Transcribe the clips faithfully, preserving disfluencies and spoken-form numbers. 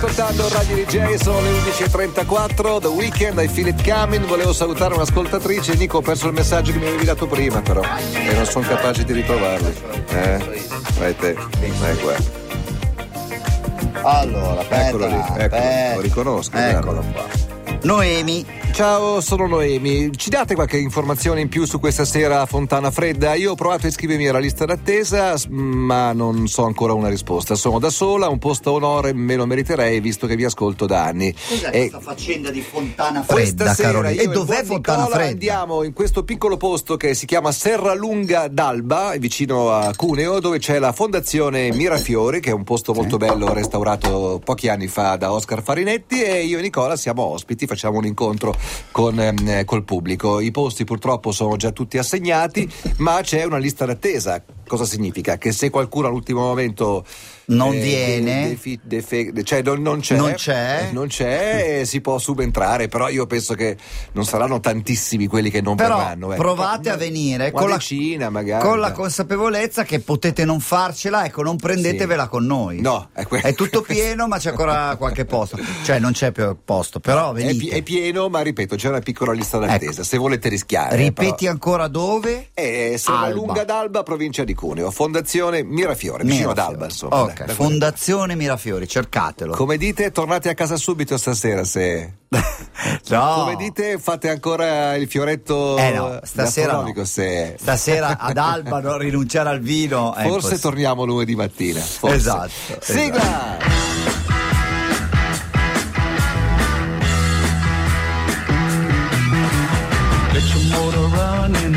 ascoltando Radio D J, sono le undici e trentaquattro, The Weeknd, I Feel It Coming. Volevo salutare un'ascoltatrice. Nico, ho perso il messaggio che mi avevi dato prima, però, e non sono capace di ritrovarli. Eh? Vai te, vai qua. Allora, aspetta, eccolo lì, eccolo, aspetta, lo riconosco. Eccolo qua. Noemi. Ciao, sono Noemi. Ci date qualche informazione in più su questa sera a Fontana Fredda? Io ho provato a iscrivermi alla lista d'attesa, ma non so ancora una risposta. Sono da sola, un posto a onore me lo meriterei visto che vi ascolto da anni. Cos'è e questa faccenda di Fontana Fredda, questa sera Carolina? io E dov'è Fontana Nicola Fredda? Andiamo in questo piccolo posto che si chiama Serralunga d'Alba, vicino a Cuneo, dove c'è la Fondazione Mirafiori, che è un posto molto bello, restaurato pochi anni fa da Oscar Farinetti, e io e Nicola siamo ospiti, facciamo un incontro con eh, col pubblico. I posti purtroppo sono già tutti assegnati, ma c'è una lista d'attesa. Cosa significa? Che se qualcuno all'ultimo momento non eh, viene, de, de, de, de, de, cioè non, non c'è, non c'è, non c'è eh, si può subentrare, però io penso che non saranno tantissimi quelli che non però verranno. Eh. Provate una, a venire con con decina, la, magari, con la consapevolezza che potete non farcela, ecco, non prendetevela sì. con noi. No, è, que- è tutto pieno, ma c'è ancora qualche posto. Cioè non c'è più posto, però venite. È, pi- è pieno, ma ripeto, c'è una piccola lista d'attesa. Ecco. Se volete rischiare. Ripeti però... ancora dove? È Serralunga d'Alba, provincia di Cuneo, Fondazione Mirafiore, vicino Mirafiore. ad Alba, insomma. Ok, dai, Fondazione Mirafiori, cercatelo. Come dite, tornate a casa subito stasera se... No. Come dite, fate ancora il fioretto eh no, stasera no. se... Stasera ad Alba non rinunciare al vino. Forse torniamo lunedì mattina. Forse. Esatto. Sigla! Esatto. Get your motor running.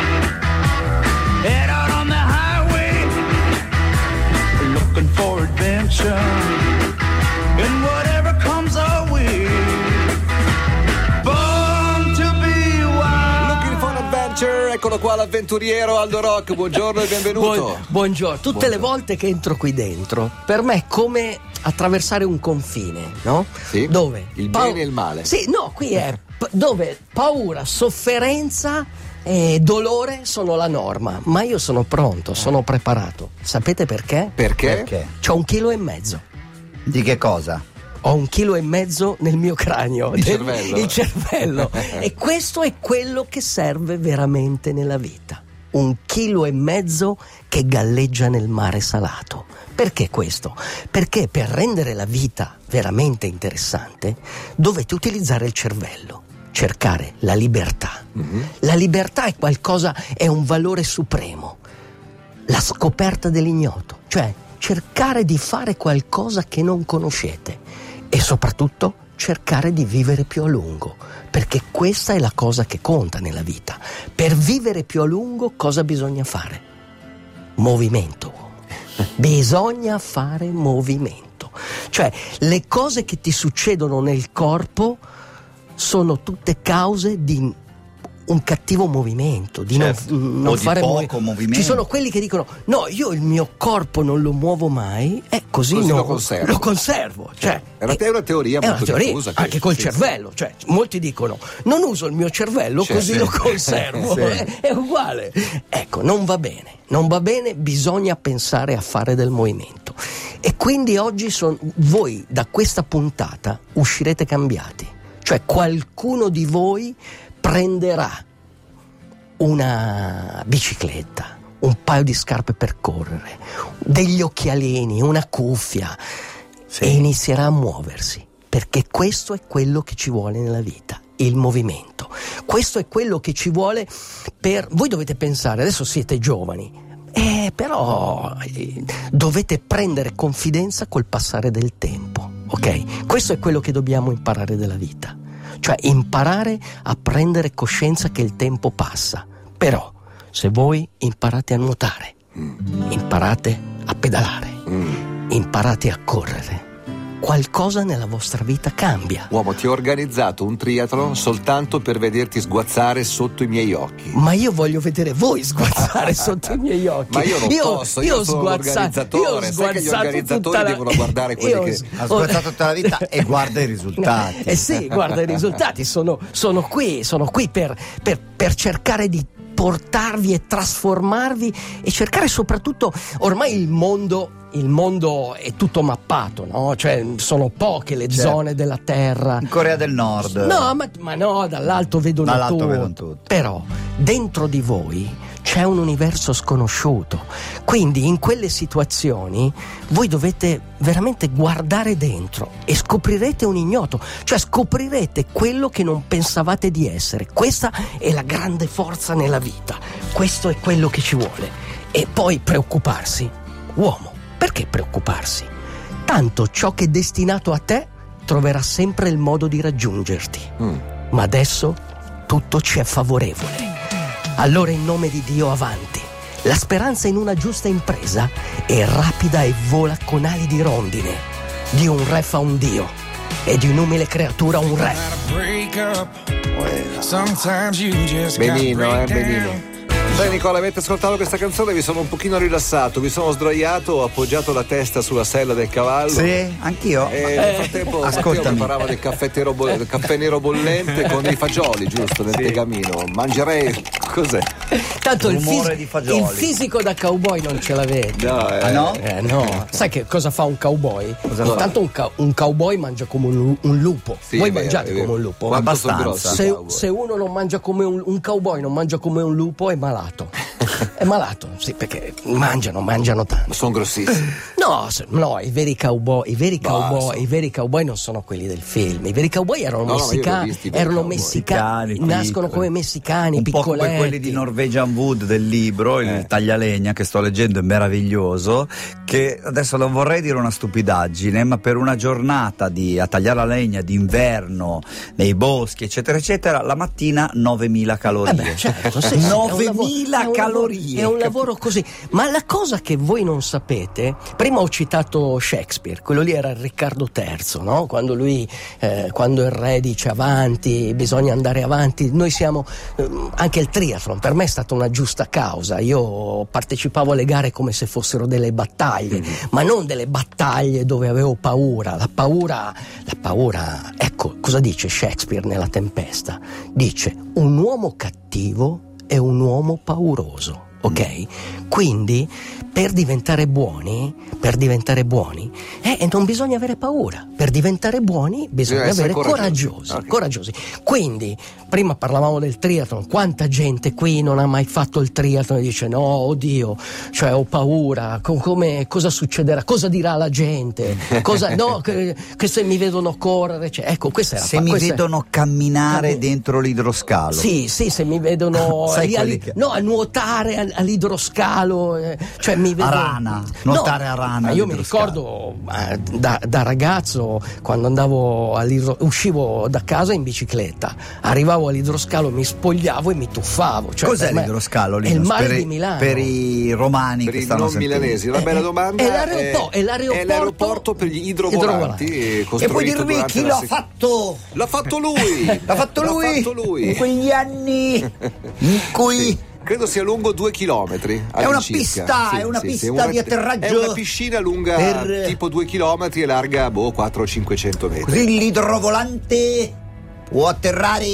Head out on the highway. Looking for adventure. And whatever comes our way. Born to be wild. Looking for adventure. Eccolo qua l'avventuriero Aldo Rock. Buongiorno e benvenuto. Buon, buongiorno. Tutte buongiorno. Le volte che entro qui dentro, per me è come attraversare un confine, no? Sì. Dove? Il Pa- bene e il male. Sì, no, qui è p- dove paura, sofferenza e dolore sono la norma, ma io sono pronto, sono preparato. Sapete perché? Perché? Perché? C'ho un chilo e mezzo. Di che cosa? Ho un chilo e mezzo nel mio cranio, il del, cervello, il cervello. E questo è quello che serve veramente nella vita. Un chilo e mezzo che galleggia nel mare salato. Perché questo? Perché per rendere la vita veramente interessante dovete utilizzare il cervello, cercare la libertà. Mm-hmm. La libertà è qualcosa, è un valore supremo, la scoperta dell'ignoto, cioè cercare di fare qualcosa che non conoscete e soprattutto cercare di vivere più a lungo, perché questa è la cosa che conta nella vita. Per vivere più a lungo cosa bisogna fare? Movimento. Bisogna fare movimento. Cioè, le cose che ti succedono nel corpo sono tutte cause di un cattivo movimento, di certo. non, non o fare di poco movi- movimento. Ci sono quelli che dicono: no, io il mio corpo non lo muovo mai, e così, così no, lo conservo. Lo conservo. Cioè, è, una, è una teoria è molto una teoria, diffusa, anche col sì, cervello. Cioè, molti dicono: non uso il mio cervello, cioè, così sì. lo conservo. Sì. è, è uguale. Ecco, non va bene. Non va bene, bisogna pensare a fare del movimento. E quindi oggi son, voi da questa puntata uscirete cambiati. Cioè, qualcuno di voi prenderà una bicicletta, un paio di scarpe per correre, degli occhialini, una cuffia, sì. e inizierà a muoversi, perché questo è quello che ci vuole nella vita, il movimento. Questo è quello che ci vuole per... Voi dovete pensare, adesso siete giovani, eh, però eh, dovete prendere confidenza col passare del tempo, ok? Questo è quello che dobbiamo imparare della vita. Cioè imparare a prendere coscienza che il tempo passa. Però se voi imparate a nuotare, mm. imparate a pedalare, mm. imparate a correre, qualcosa nella vostra vita cambia. Uomo, ti ho organizzato un triathlon soltanto per vederti sguazzare sotto i miei occhi. Ma io voglio vedere voi sguazzare sotto i miei occhi. Ma io non io, posso, io, io sono l'organizzatore. Sai che gli organizzatori la... devono guardare quelli io, che... Ha sguazzato tutta la vita e guarda i risultati. Eh sì, guarda i risultati. Sono, sono qui, sono qui per, per, per cercare di portarvi e trasformarvi e cercare soprattutto, ormai il mondo il mondo è tutto mappato, no? Cioè sono poche le Certo. zone della terra. In Corea del Nord. No, ma, ma no, dall'alto vedono Dall'alto tutto. vedono tutto. Però dentro di voi c'è un universo sconosciuto. Quindi in quelle situazioni voi dovete veramente guardare dentro e scoprirete un ignoto, cioè scoprirete quello che non pensavate di essere. Questa è la grande forza nella vita. Questo è quello che ci vuole. E poi preoccuparsi. Uomo, perché preoccuparsi? Tanto ciò che è destinato a te troverà sempre il modo di raggiungerti. Mm. Ma adesso tutto ci è favorevole. Allora in nome di Dio avanti. La speranza in una giusta impresa è rapida e vola con ali di rondine. Di un re fa un dio e di un'umile creatura un re. Benino, eh, benino. Beh Nicola, avete ascoltato questa canzone, mi sono un pochino rilassato, mi sono sdraiato, ho appoggiato la testa sulla sella del cavallo. Sì, anch'io. E nel frattempo Matteo Ascoltami. preparava del caffè, tero bo- del caffè nero bollente con i fagioli, giusto, nel Sì. tegamino. Mangerei. Cos'è? Tanto il, Rumore fis- di fagioli. il fisico da cowboy non ce l'avete. No, eh. Ah, no? Eh no, sai che cosa fa un cowboy? Cosa fa? Intanto un, ca- un cowboy mangia come un, un lupo. Sì, Voi è vero, mangiate è vero. come un lupo? Quanto sono Abbastanza. grossi i Se, cowboy? se uno non mangia come un, un cowboy, non mangia come un lupo, è malato. È malato, sì, perché mangiano, mangiano tanto. Ma sono grossissimi. No, se- no, i veri cowboy, i veri Basta. cowboy, i veri cowboy non sono quelli del film. I veri cowboy erano No, no, ma io li ho messicani, visti, i veri erano cowboy. messicani, Piccoli, nascono piccoli. come messicani, Un po' piccoletti. come quelli di Norwegian Wood del libro, il Eh. taglialegna che sto leggendo, è meraviglioso, che adesso non vorrei dire una stupidaggine, ma per una giornata di, a tagliare la legna d'inverno nei boschi eccetera eccetera, la mattina novemila calorie. Eh beh, certo, sì, sì, è un novemila lavoro- calorie. È un lavoro così. Ma la cosa che voi non sapete, prima ho citato Shakespeare, quello lì era Riccardo terzo, no? Quando lui, eh, quando il re dice avanti, bisogna andare avanti. Noi siamo, eh, anche il triathlon, per me è stata una giusta causa. Io partecipavo alle gare come se fossero delle battaglie, ma non delle battaglie dove avevo paura. La paura, la paura, ecco, cosa dice Shakespeare nella Tempesta? Dice, un uomo cattivo è un uomo pauroso, ok? Quindi per diventare buoni, per diventare buoni, eh, non bisogna avere paura. Per diventare buoni bisogna Bisogna essere avere coraggiosi. coraggiosi, Ok. coraggiosi. Quindi, prima parlavamo del triathlon, quanta gente qui non ha mai fatto il triathlon e dice no, oddio, cioè ho paura, co- come, cosa succederà, cosa dirà la gente, cosa, no, che, che se mi vedono correre, cioè, ecco, questa è la Se fa- mi questa è- vedono camminare Cammin- dentro l'idroscalo. Sì, sì, se mi vedono Sai lì a, quelli che- no, a nuotare al- all'idroscalo, eh, cioè mi vedo... rana, nuotare No, a rana ma io mi all'idroscalo. ricordo eh, da, da ragazzo quando andavo all'idro, uscivo da casa in bicicletta, arrivavo all'idroscalo, mi spogliavo e mi tuffavo. Cioè, Cos'è per me- l'idroscalo lì? È il mare per, di Milano. per i romani Per che i stanno non sentendo. milanesi, una È- bella è- domanda. è l'aeropo- è l'aeroporto- è l'aeroporto per gli idrovolanti. idrovolanti. E puoi costruito dirmi durante chi la l'ha sec- fatto? L'ha fatto lui! L'ha fatto lui? L'ha fatto lui! In quegli anni in cui Sì. Credo sia lungo due chilometri. È una all'incirca. pista, Sì, è una sì, pista sì, una- di atterraggio È una piscina lunga per- tipo due chilometri e larga boh, quattro o cinquecento metri. così l'idrovolante può atterrare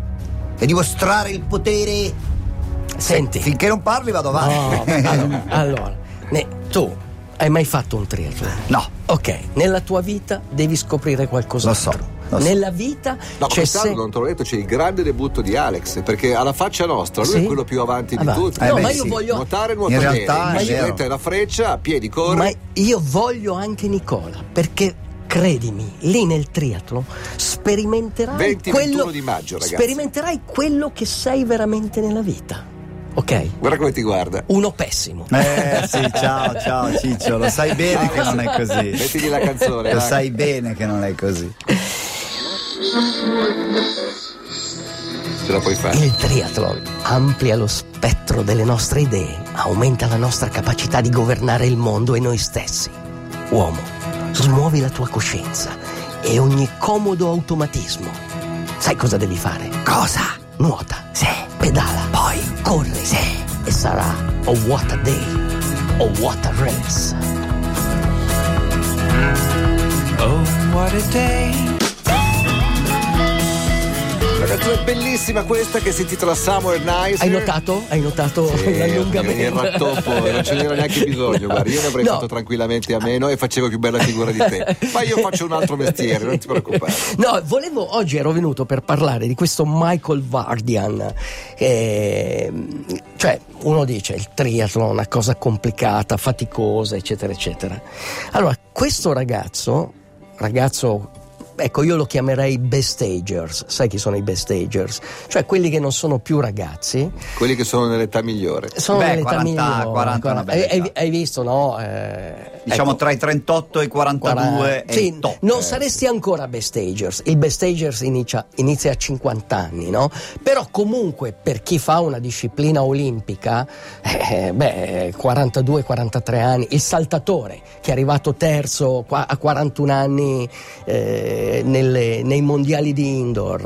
e dimostrare il potere. Senti, Finché non parli vado avanti. no, allora, allora, ne- tu hai mai fatto un triathlon? No. Ok, nella tua vita devi scoprire qualcos'altro. Lo so, lo so. Nella vita No, ma c'è quest'anno se- non te l'ho detto, c'è il grande debutto di Alex, perché alla faccia nostra lui Sì? è quello più avanti di Ah, va. tutti. Eh no, beh, ma io sì. voglio Nuotare, nuota In bene. realtà è La bicicletta vero. è la freccia, a piedi corre. Ma io voglio anche Nicola, perché credimi, lì nel triathlon sperimenterai venti quello ventuno di maggio, ragazzi. sperimenterai quello che sei veramente nella vita. Ok? Guarda come ti guarda. Uno pessimo. Eh sì, ciao, ciao Ciccio, lo sai bene che non è così. Mettigli la canzone. Lo va. sai bene che non è così. Ce la puoi fare. Il triathlon amplia lo spettro delle nostre idee, aumenta la nostra capacità di governare il mondo e noi stessi. Uomo, smuovi la tua coscienza e ogni comodo automatismo. Sai cosa devi fare? Cosa? Nuota. Sì. Pedala. Poi corri. Sì. E sarà a what a day. O what a race. Oh, what a day. La Canzone bellissima questa che si intitola Summer Nights. Hai notato? Hai notato Sì, la lunga il, il rattoppo, non ce n'era neanche bisogno, guarda, io ne avrei No. fatto tranquillamente a meno e facevo più bella figura di te. Ma io faccio un altro mestiere, non ti preoccupare. No, volevo, oggi ero venuto per parlare di questo Michael Vardian. eh, cioè, uno dice il triathlon è una cosa complicata, faticosa, eccetera, eccetera. Allora, questo ragazzo, ragazzo, ecco, io lo chiamerei best agers. Sai chi sono i best agers? Cioè quelli che non sono più ragazzi, Quelli che sono nell'età migliore. sono Beh, nell'età quaranta, migliore. quaranta è una bella hai, hai- età. hai visto, no? Eh, Diciamo ecco. tra i trentotto e i quarantadue è Sì, il top. non saresti ancora best agers. Il best agers inizia, inizia a cinquanta anni, no? Però comunque per chi fa una disciplina olimpica, eh, beh, quarantadue quarantatré anni, il saltatore che è arrivato terzo qua- a quarantuno anni eh, nelle- nei mondiali di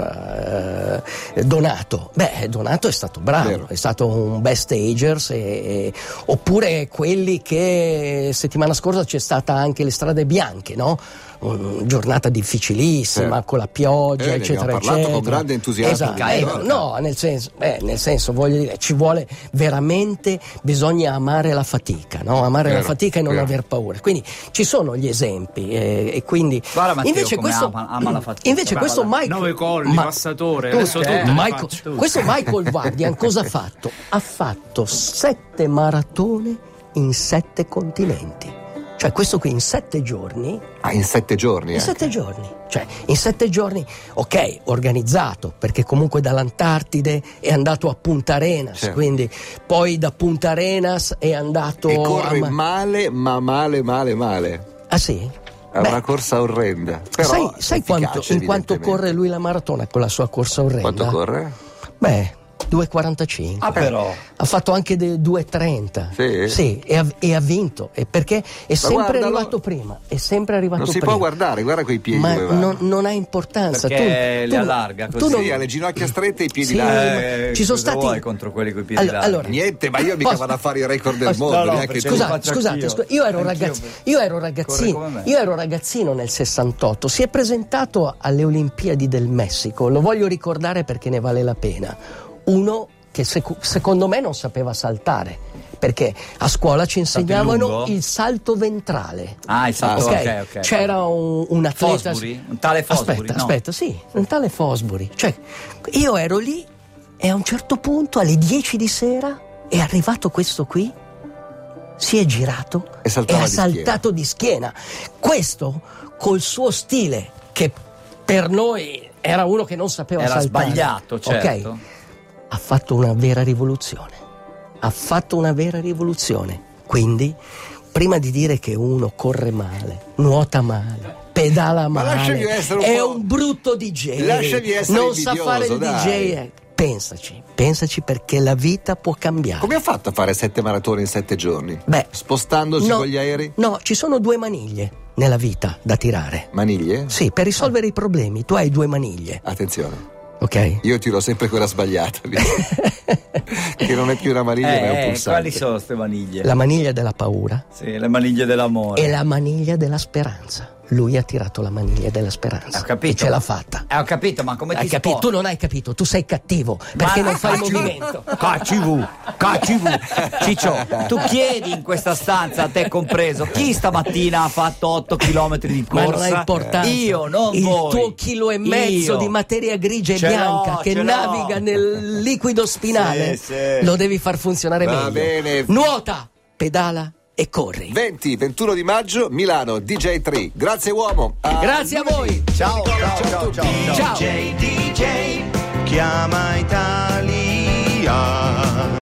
indoor, eh, Donato. Beh, Donato è stato bravo, Vero. è stato un best agers, e, e- oppure quelli che settimana scorsa c'è stata anche le strade bianche, no? Una giornata difficilissima, Certo. con la pioggia, Eh, ne eccetera, abbiamo parlato eccetera. con grande entusiasmo Esatto. di Eh, Mallorca. no, nel senso, eh, nel senso, voglio dire, ci vuole veramente, bisogna amare la fatica, no? Amare Vero, la fatica e non vero. aver paura. Quindi ci sono gli esempi, eh, e quindi Guarda Matteo invece come questo, ama- ama la fatica. invece questo Michael, Nove colli, Ma- passatore, tutte, adesso tutte eh, le Michael- faccio. questo Michael Vardian cosa ha fatto? Ha fatto sette maratone in sette continenti. Cioè questo qui in sette giorni, Ah, in sette giorni. in eh. sette giorni, cioè in sette giorni, ok, organizzato, perché comunque dall'Antartide è andato a Punta Arenas, Certo. quindi poi da Punta Arenas è andato E corre a Ma- male, ma male, male, male. Ah sì? È Beh, una corsa orrenda. Però sai, sai quanto, efficace, in quanto evidentemente. corre lui la maratona con la sua corsa orrenda? Quanto corre? Beh, due e quarantacinque. Ah, però. Ha fatto anche del due e trenta. Sì? e ha, e ha vinto. E perché è sempre guardalo. arrivato prima. È sempre arrivato Non si prima. può guardare, guarda quei piedi Ma dove va. non, non ha importanza. Perché tu, li tu- allarga tu così. non- Sì, ha le ginocchia strette e i piedi Sì, larghi. ma Eh, ci sono cosa stati vuoi contro quelli coi piedi Allora- larghi? allora- Niente, ma io mica Posso- vado a fare i record del posso- mondo, no, no, neanche perché tu. lo Scusate, faccio scusate, anch'io. scu- io ero, Anch'io. ragazz- io ero Corre ragazzino, come me. io ero ragazzino nel sessantotto, si è presentato alle Olimpiadi del Messico, lo voglio ricordare perché ne vale la pena. Uno che sec- secondo me non sapeva saltare, perché a scuola ci Salto in insegnavano lungo? il salto ventrale. Ah, il salto, Ok, ok, ok. C'era un, un atleta. Fosbury? Un tale Fosbury, Aspetta, no? aspetta, sì, un tale Fosbury. Cioè, io ero lì e a un certo punto, alle dieci di sera, è arrivato questo qui, si è girato E saltava ha di saltato di schiena. Questo col suo stile, che per noi era uno che non sapeva Era saltare. sbagliato, Ok? certo. Ha fatto una vera rivoluzione. Ha fatto una vera rivoluzione. Quindi, prima di dire che uno corre male, nuota male, pedala Ma lasciami male, essere un è po'- un brutto D J, Lasciami essere non sa invidioso, fare il dai. D J, eh. pensaci, pensaci perché la vita può cambiare. Come ha fatto a fare sette maratone in sette giorni? Beh, Spostandosi no, con gli aerei? No, ci sono due maniglie nella vita da tirare. Maniglie? Sì, per risolvere i problemi tu hai due maniglie, Attenzione, ok? io tiro sempre quella sbagliata lì. Che non è più una maniglia, ma è un Eh, pulsante. quali sono queste maniglie? La maniglia della paura Sì, le maniglie dell'amore. e la maniglia della speranza. Lui ha tirato la maniglia della speranza Ho capito. e ce l'ha fatta. Eh, ho capito, ma come Hai ti capito? Tu sposti? non hai capito, tu sei cattivo perché non fai il movimento. Cacivu, cacivu. Ciccio, tu chiedi in questa stanza, a te compreso, chi stamattina ha fatto otto chilometri di Ma corsa? non ha importanza. Io, non il voi. tuo chilo e mezzo Io. di materia grigia e Ce bianca l'ho, che ce l'ho. naviga nel liquido spinale Sì, sì. lo devi far funzionare Va meglio. bene. Nuota, pedala e corri. venti ventuno di maggio, Milano, D J tre. Grazie uomo. A Grazie a voi. Ciao, ciao, ciao, ciao. ciao. Ciao. D J, D J, chiama i